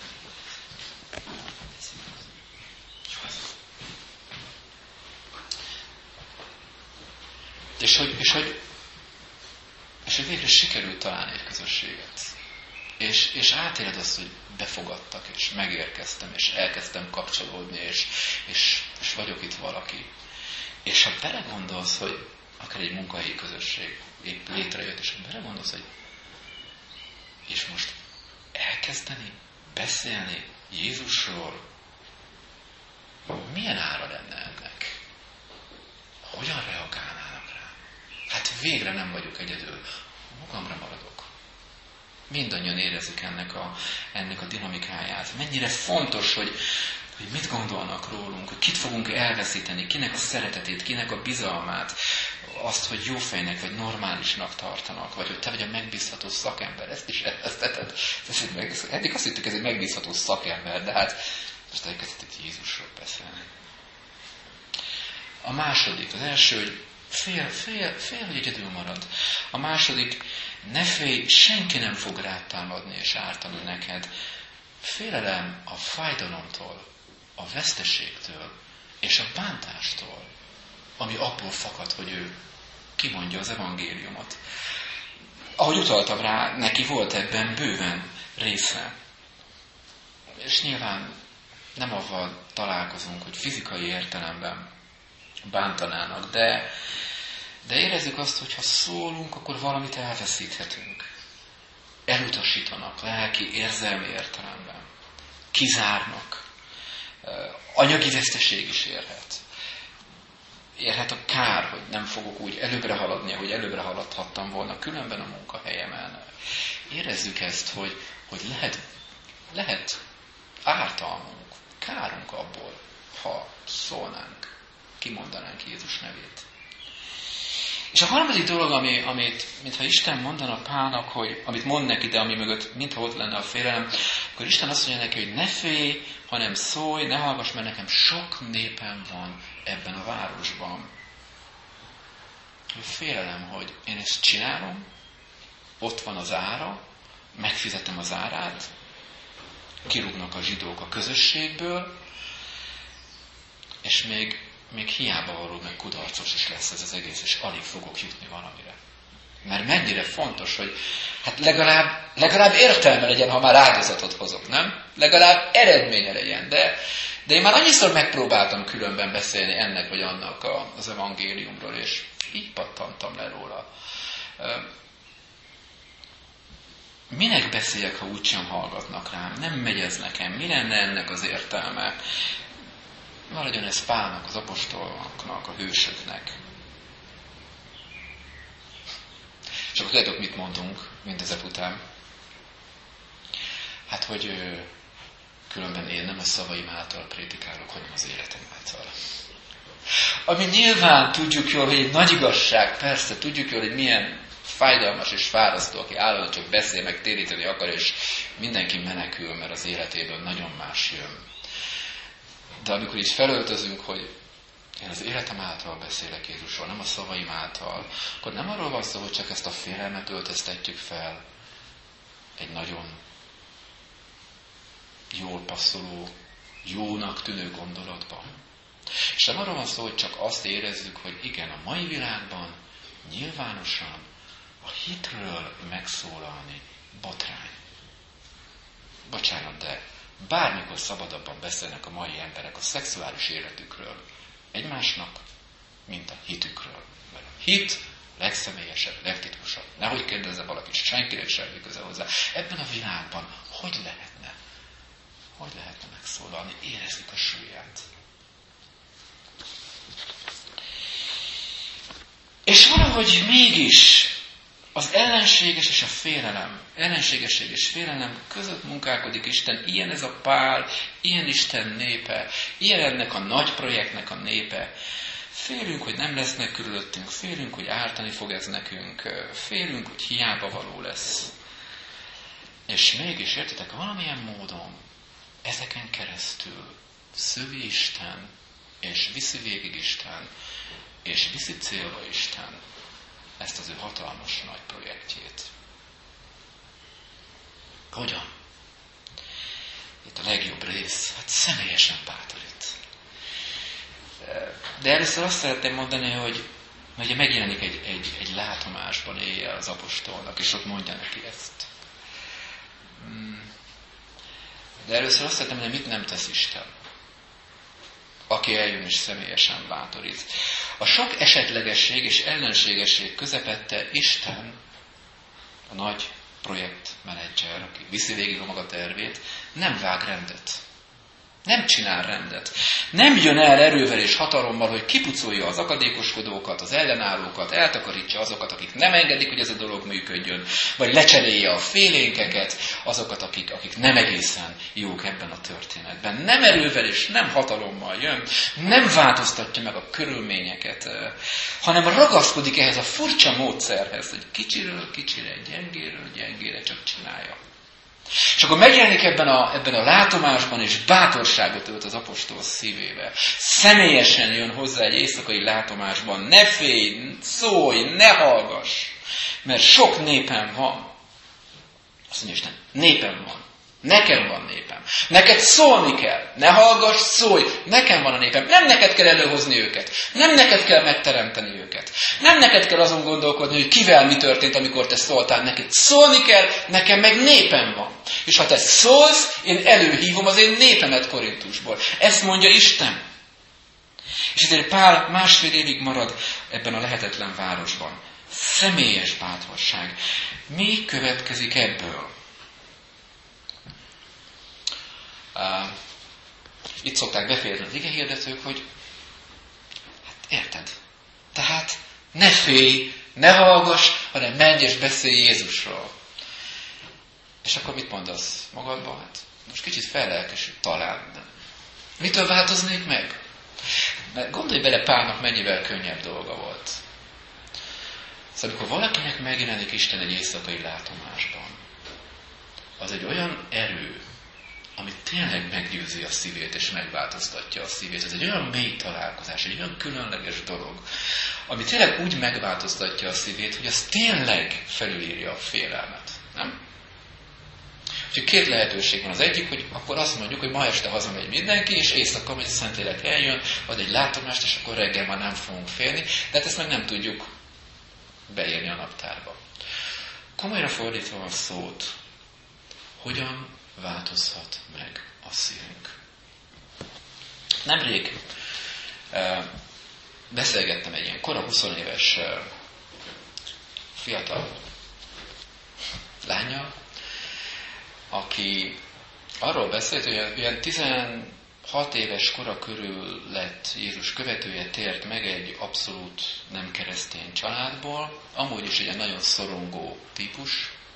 És hogy, és, hogy, és hogy végre sikerült találni egy közösséget. És, és átéled azt, hogy befogadtak, és megérkeztem, és elkezdtem kapcsolódni, és, és, és vagyok itt valaki. És ha belegondolsz, hogy akár egy munkahelyi közösség épp létrejött, és ha belegondolsz, hogy és most elkezdeni beszélni Jézusról, milyen ára lenne ennek? Hogyan reagálnának rá? Hát végre nem vagyok egyedül. Magamra maradok. Mindannyian érezzük ennek a, ennek a dinamikáját. Mennyire fontos, hogy, hogy mit gondolnak rólunk, hogy kit fogunk elveszíteni, kinek a szeretetét, kinek a bizalmát, azt, hogy jófejnek vagy normálisnak tartanak, vagy hogy te vagy a megbízható szakember. Ezt is elvesztetted. Eddig azt hittük, ez egy megbízható szakember, de hát most elkezdett Jézusról beszélni. A második, az első, hogy fél, fél, fél, hogy egyedül marad. A második, ne félj, senki nem fog rád támadni és ártani neked. Félelem a fájdalomtól, a veszteségtől és a bántástól, ami abból fakad, hogy ő kimondja az evangéliumot. Ahogy utaltam rá, neki volt ebben bőven része. És nyilván nem avval találkozunk, hogy fizikai értelemben bántanának, de, de érezzük azt, hogy ha szólunk, akkor valamit elveszíthetünk. Elutasítanak lelki, érzelmi értelemben. Kizárnak. Anyagi veszteség is érhet. Érhet a kár, hogy nem fogok úgy előbbre haladni, ahogy előbbre haladhattam volna, különben a munkahelyemen. Érezzük ezt, hogy, hogy lehet, lehet ártalmunk, kárunk abból, ha szólnánk, kimondanánk Jézus nevét. És a harmadik dolog, ami, amit, mintha Isten mondana Pálnak, hogy amit mond neki, de ami mögött mintha ott lenne a félelem, akkor Isten azt mondja neki, hogy ne félj, hanem szólj, ne hallgass, mert nekem sok népem van ebben a városban. Félelem, hogy én ezt csinálom, ott van az ára, megfizetem az árát, kirúgnak a zsidók a közösségből, és még még hiába való, meg kudarcos is lesz ez az egész, és alig fogok jutni valamire. Mert mennyire fontos, hogy hát legalább, legalább értelme legyen, ha már áldozatot hozok, nem? Legalább eredménye legyen. De, de én már annyiszor megpróbáltam különben beszélni ennek vagy annak a, az evangéliumról, és így pattantam le róla. Minek beszéljek, ha úgysem hallgatnak rám? Nem megy ez nekem. Mi lenne ennek az értelme? Maradjon ez Pálnak, az apostoloknak, a hősöknek. És akkor tudjátok, mit mondunk mindezek után? Hát, hogy ö, különben én nem a szavaim által prédikálok, hanem az életem által. Ami nyilván tudjuk jól, hogy egy nagy igazság, persze, tudjuk jól, hogy milyen fájdalmas és fárasztó, aki állandóan csak beszél, meg téríteni akar, és mindenki menekül, mert az életéből nagyon más jön. De amikor így felöltözünk, hogy én az életem által beszélek Jézusról, nem a szavaim által, akkor nem arról van szó, hogy csak ezt a félelmet öltöztetjük fel egy nagyon jól passzoló, jónak tűnő gondolatban. És nem arról van szó, hogy csak azt érezzük, hogy igen, a mai világban nyilvánosan a hitről megszólalni botrány. Bocsánat, de bármikor szabadabban beszélnek a mai emberek a szexuális életükről egymásnak, mint a hitükről. Mert a hit legszemélyesebb, legtitkosabb. Nehogy kérdezze valaki, senkinek semmi köze hozzá. Ebben a világban hogy lehetne? Hogy lehetne megszólalni? Érezzük a súlyát. És valahogy mégis Az ellenséges és a félelem, ellenségesség és félelem között munkálkodik Isten. Ilyen ez a Pál, ilyen Isten népe, ilyen ennek a nagy projektnek a népe. Félünk, hogy nem lesznek körülöttünk, félünk, hogy ártani fog ez nekünk, félünk, hogy hiába való lesz. És mégis, értitek, valamilyen módon ezeken keresztül szövi Isten, és viszi végig Isten, és viszi célba Isten ezt az ő hatalmas nagy projektjét. Hogyan? Itt a legjobb rész, hát személyesen bátorít. De először azt szeretném mondani, hogy ugye megjelenik egy, egy, egy látomásban éjjel az apostolnak, és ott mondja neki ezt. De először azt szeretném mondani, mit nem tesz Isten, aki eljön és személyesen bátorít. A sok esetlegesség és ellenségesség közepette Isten, a nagy projektmenedzser, aki viszi végig a maga tervét, nem vág rendet. Nem csinál rendet. Nem jön el erővel és hatalommal, hogy kipucolja az akadékoskodókat, az ellenállókat, eltakarítsa azokat, akik nem engedik, hogy ez a dolog működjön, vagy lecserélje a félénkeket, azokat, akik, akik nem egészen jók ebben a történetben. Nem erővel és nem hatalommal jön, nem változtatja meg a körülményeket, hanem ragaszkodik ehhez a furcsa módszerhez, hogy kicsiről kicsire, gyengéről gyengére csak csinálja. És akkor megjelenik ebben a, ebben a látomásban, és bátorságot ölt az apostol szívébe. Személyesen jön hozzá egy éjszakai látomásban. Ne félj, szólj, ne hallgass, mert sok népem van. Azt mondja Isten, népem van. Nekem van népem. Neked szólni kell. Ne hallgass, szólj. Nekem van a népem. Nem neked kell előhozni őket. Nem neked kell megteremteni őket. Nem neked kell azon gondolkodni, hogy kivel mi történt, amikor te szóltál. Neked szólni kell, nekem meg népem van. És ha te szólsz, én előhívom az én népemet Korintusból. Ezt mondja Isten. És ezért Pál másfél évig marad ebben a lehetetlen városban. Személyes bátorság. Mi következik ebből? Uh, itt szokták befejezni az igehirdetők, hogy hát érted, tehát ne félj, ne hallgass, hanem menj és beszélj Jézusról. És akkor mit mondasz magadban? Hát most kicsit fellelkesül talán. De mitől változnék meg? Mert gondolj bele, Pálnak mennyivel könnyebb dolga volt. Szóval amikor valakinek megjelenik Isten egy éjszakai látomásban, az egy olyan erő, ami tényleg meggyőzi a szívét, és megváltoztatja a szívét. Ez egy olyan mély találkozás, egy olyan különleges dolog, ami tényleg úgy megváltoztatja a szívét, hogy az tényleg felülírja a félelmet. Nem? Úgyhogy két lehetőség van. Az egyik, hogy akkor azt mondjuk, hogy ma este hazamegy mindenki, és éjszaka, hogy a Szentlélek eljön, ad egy látomást, és akkor reggel már nem fogunk félni, de hát ezt meg nem tudjuk beírni a naptárba. Komolyra fordítva a szót, hogyan változhat meg a szívünk. Nemrég uh, beszélgettem egy ilyen kora húsz éves uh, fiatal lánnyal, aki arról beszélt, hogy olyan tizenhat éves kora körül lett Jézus követője, tért meg egy abszolút nem keresztény családból, amúgy is egy nagyon szorongó típus,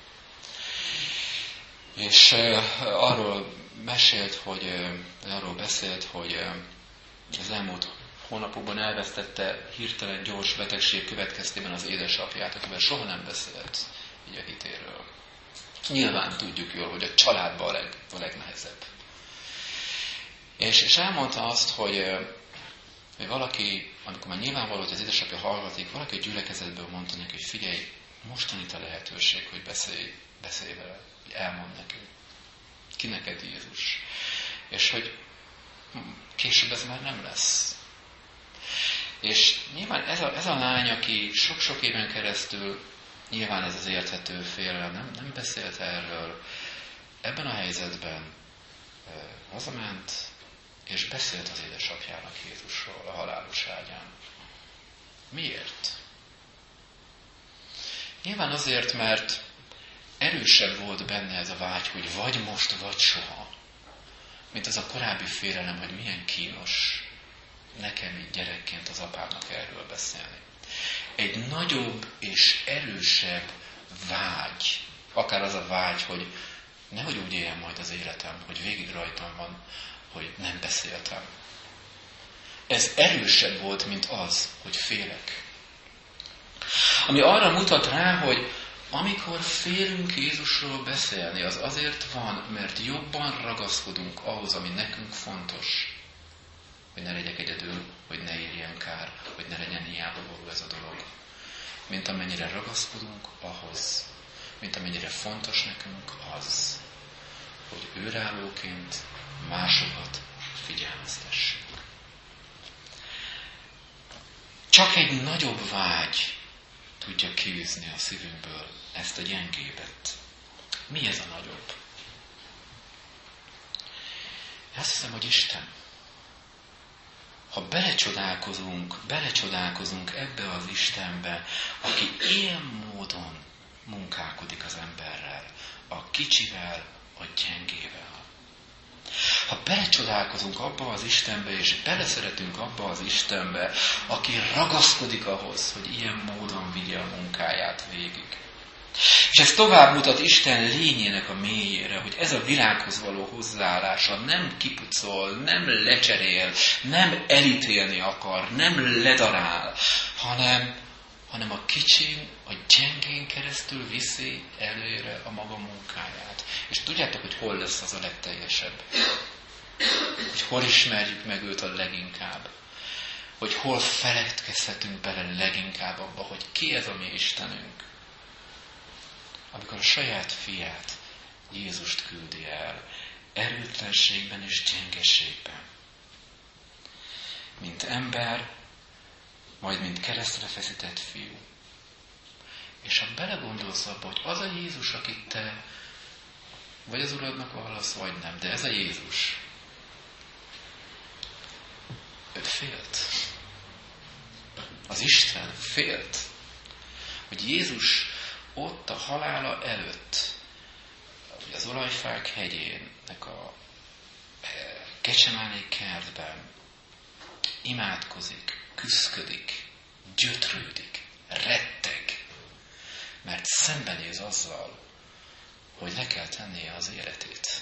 és uh, arról mesélt, hogy uh, arról beszélt, hogy uh, az elmúlt hónapokban elvesztette hirtelen gyors betegség következtében az édesapját, akivel soha nem beszélt így a hitéről. Nyilván tudjuk jól, hogy a családban a, leg, a legnehezebb. És, és elmondta azt, hogy, uh, hogy valaki, amikor már nyilvánvaló, hogy az édesapja hallgatik, valaki a gyülekezetből mondta neki, hogy figyelj, mostan itt a lehetőség, hogy beszélj, beszélj vele. Elmond neki, ki neked Jézus. És hogy később ez már nem lesz. És nyilván ez a, ez a lány, aki sok-sok éven keresztül, nyilván ez az érthető félelem, nem, nem beszélt erről, ebben a helyzetben eh, hazament, és beszélt az édesapjának Jézusról a halálos ágyán. Miért? Nyilván azért, mert erősebb volt benne ez a vágy, hogy vagy most, vagy soha, mint az a korábbi félelem, hogy milyen kínos nekem így gyerekként az apámnak erről beszélni. Egy nagyobb és erősebb vágy, akár az a vágy, hogy nehogy úgy éljen majd az életem, hogy végig rajtam van, hogy nem beszéltem. Ez erősebb volt, mint az, hogy félek. Ami arra mutat rá, hogy amikor félünk Jézusról beszélni, az azért van, mert jobban ragaszkodunk ahhoz, ami nekünk fontos. Hogy ne legyek egyedül, hogy ne érjen kár, hogy ne legyen hiába való ez a dolog. Mint amennyire ragaszkodunk ahhoz, mint amennyire fontos nekünk az, hogy őrállóként másokat figyelmeztessünk. Csak egy nagyobb vágy tudja kiűzni a szívünkből ezt a gyengébet. Mi ez a nagyobb? Azt hiszem, hogy Isten. Ha belecsodálkozunk, belecsodálkozunk ebbe az Istenbe, aki ilyen módon munkálkodik az emberrel, a kicsivel, a gyengével. Ha belecsodálkozunk abba az Istenbe, és beleszeretünk abba az Istenbe, aki ragaszkodik ahhoz, hogy ilyen módon vigye a munkáját végig. És ez tovább mutat Isten lényének a mélyére, hogy ez a világhoz való hozzáállása nem kipucol, nem lecserél, nem elítélni akar, nem ledarál, hanem, hanem a kicsin, a gyengén keresztül viszi előre a maga munkáját. És tudjátok, hogy hol lesz az a legteljesebb? Hogy hol ismerjük meg őt a leginkább? Hogy hol feledkezhetünk bele leginkább abba, hogy ki ez a mi Istenünk? Amikor a saját fiát, Jézust küldi el, erőtlenségben és gyengeségben. Mint ember, majd mint keresztre feszített fiú. És ha belegondolsz abba, hogy az a Jézus, akit te vagy az Uradnak vallasz, vagy nem, de ez a Jézus, ő félt. Az Isten félt, hogy Jézus ott a halála előtt, az olajfák hegyének a Gecsemáné kertben imádkozik, küszködik, gyötrődik, retteg, mert szembenéz azzal, hogy le kell tennie az életét.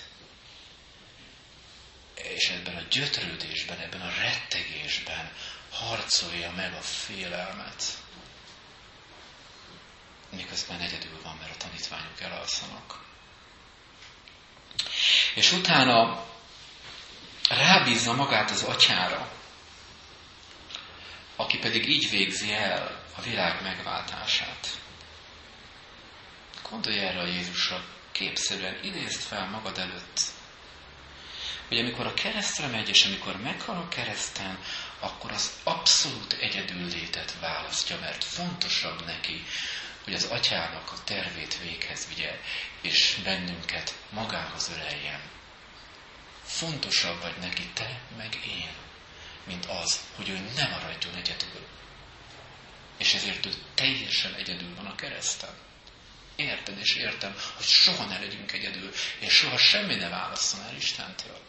És ebben a gyötrődésben, ebben a rettegésben harcolja meg a félelmet. Miközben egyedül van, mert a tanítványok elalszanak. És utána rábízza magát az atyára, aki pedig így végzi el a világ megváltását. Gondolj erre a Jézusra, képszerűen idézd fel magad előtt, hogy amikor a keresztre megy, és amikor meghal a kereszten, akkor az abszolút egyedüllétet választja, mert fontosabb neki, hogy az atyának a tervét véghez vigye, és bennünket magához öleljen. Fontosabb vagy neki te, meg én, mint az, hogy ő ne maradjon egyedül. És ezért ő teljesen egyedül van a kereszten. Érted és értem, hogy soha ne legyünk egyedül, és soha semmi ne válasszon el Istentől.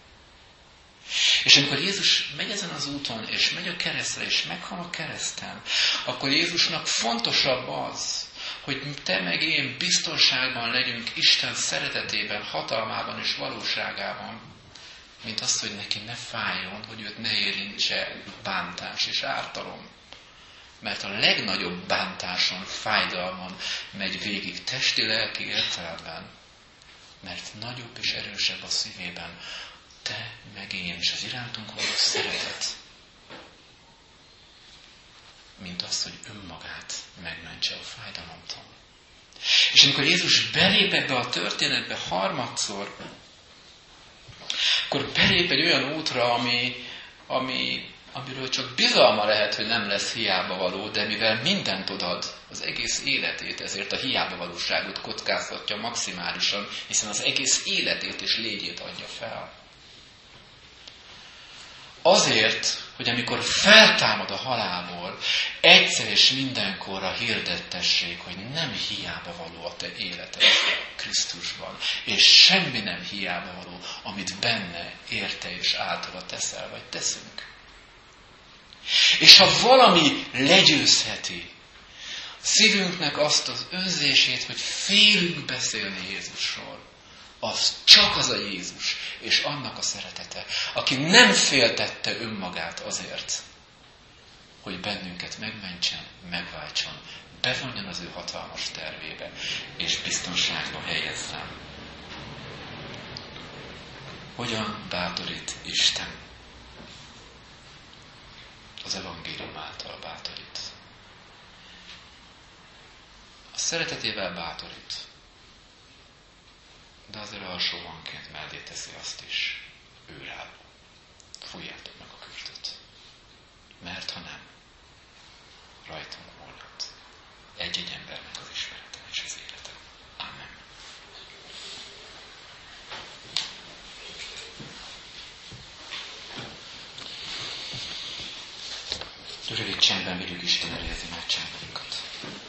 És amikor Jézus megy ezen az úton, és megy a keresztre, és meghal a kereszten, akkor Jézusnak fontosabb az, hogy te meg én biztonságban legyünk Isten szeretetében, hatalmában és valóságában, mint az, hogy neki ne fájjon, hogy őt ne érintse bántás és ártalom. Mert a legnagyobb bántáson, fájdalmon megy végig testi-lelki értelemben, mert nagyobb és erősebb a szívében te, meg én, és az irántunk való szeretet, mint az, hogy önmagát megmentse a fájdalomtól. És amikor Jézus belép ebbe a történetbe harmadszor, akkor belép egy olyan útra, ami, ami, amiről csak bizalma lehet, hogy nem lesz hiába való, de mivel mindent odad, az egész életét, ezért a hiába valóságot kockáztatja maximálisan, hiszen az egész életét és légyét adja fel. Azért, hogy amikor feltámad a halálból, egyszer és mindenkorra hirdettessék, hogy nem hiába való a te életed Krisztusban, és semmi nem hiába való, amit benne, érte és általa teszel, vagy teszünk. És ha valami legyőzheti Szívünknek azt az önzését, hogy félünk beszélni Jézusról. Az csak az a Jézus, és annak a szeretete, aki nem féltette önmagát azért, hogy bennünket megmentsen, megváltson, bevonjon az ő hatalmas tervébe, és biztonságba helyezzen. Hogyan bátorít Isten? Az evangélium által bátorít. A szeretetével bátorít, de azért alsó hangként mellé teszi azt is, ő rá. Fújjátok meg a füstöt. Mert ha nem, rajtunk múlott egy-egy embernek az ismerete és az élete. Amen. Rövid csendben vigyük Isten elé az imádságunkat.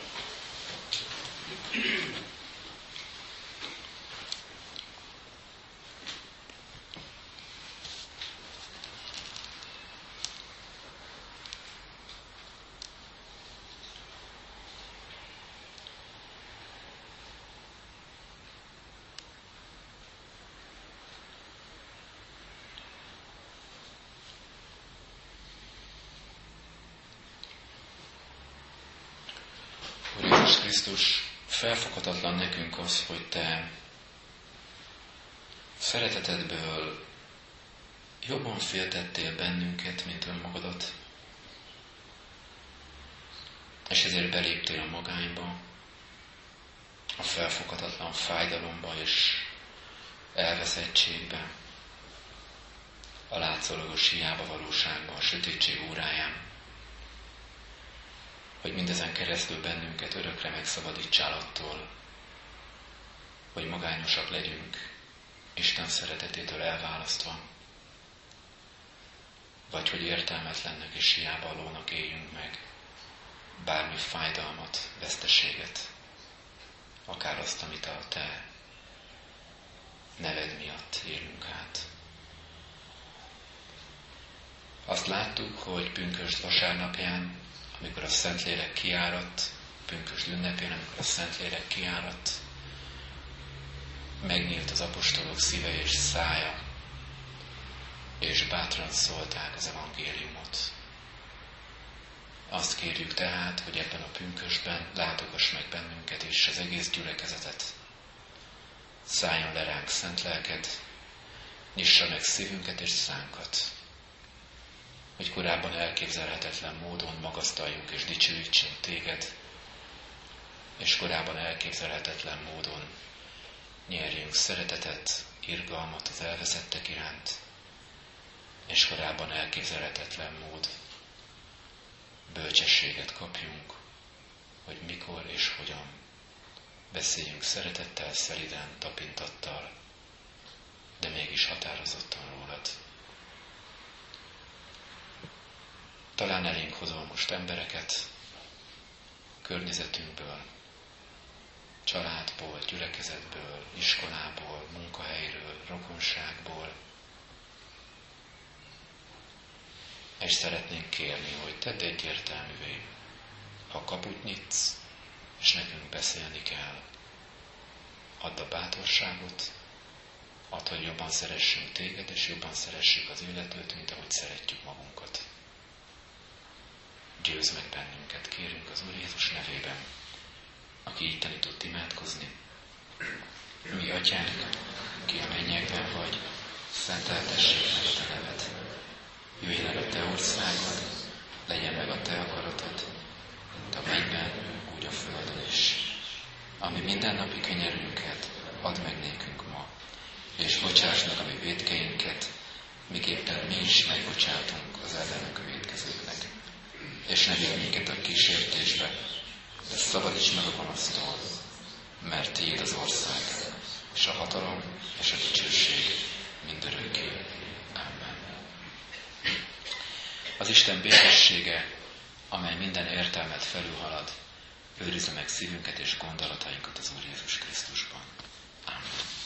Krisztus, felfoghatatlan nekünk az, hogy te szeretetedből jobban féltettél bennünket, mint önmagadat, és ezért beléptél a magányba, a felfoghatatlan fájdalomba és elveszettségbe, a látszólagos hiába valóságba, a sötétség óráján, hogy mindezen keresztül bennünket örökre megszabadítsál attól, hogy magányosak legyünk, Isten szeretetétől elválasztva, vagy hogy értelmetlennek és hiábalónak éljünk meg bármi fájdalmat, veszteséget, akár azt, amit a te neved miatt élünk át. Azt láttuk, hogy pünkösd vasárnapján, amikor a Szentlélek kiáradt, pünkösd ünnepén, amikor a Szentlélek kiáradt, megnyílt az apostolok szíve és szája, és bátran szólták az evangéliumot. Azt kérjük tehát, hogy ebben a pünkösdben látogass meg bennünket és az egész gyülekezetet. Szálljon le ránk szent lelked, nyissa meg szívünket és szánkat, hogy korábban elképzelhetetlen módon magasztaljuk és dicsőítsünk téged, és korábban elképzelhetetlen módon nyerjünk szeretetet, irgalmat az elveszettek iránt, és korábban elképzelhetetlen mód bölcsességet kapjunk, hogy mikor és hogyan beszéljünk szeretettel, szeliden, tapintattal, de mégis határozottan rólad. Talán elénk hozol most embereket környezetünkből, családból, gyülekezetből, iskolából, munkahelyről, rokonságból, és szeretnénk kérni, hogy tedd egyértelművé, ha kaput nyitsz, és nekünk beszélni kell, add a bátorságot, add, hogy jobban szeressünk téged, és jobban szeressük az illetőt, mint ahogy szeretjük magunkat. Győzz meg bennünket, kérünk az Úr Jézus nevében, aki így tanított imádkozni. Mi atyánk, ki a mennyekben vagy, szenteltessék meg a te neved. Jöjjön el a te országod, legyen meg a te akaratod, mint a mennyben, úgy a földön is. Ami mindennapi kenyerünket add meg nékünk ma, és bocsáss meg a mi vétkeinket, miképpen mi is megbocsátunk az ellenünk vétkezőknek. És ne vigy minket a kísértésbe, de szabadíts meg a gonosztól, mert tiéd az ország, és a hatalom, és a dicsőség mindörökké. Amen. Az Isten békessége, amely minden értelmet felülhalad, őrizze meg szívünket és gondolatainkat az Úr Jézus Krisztusban. Amen.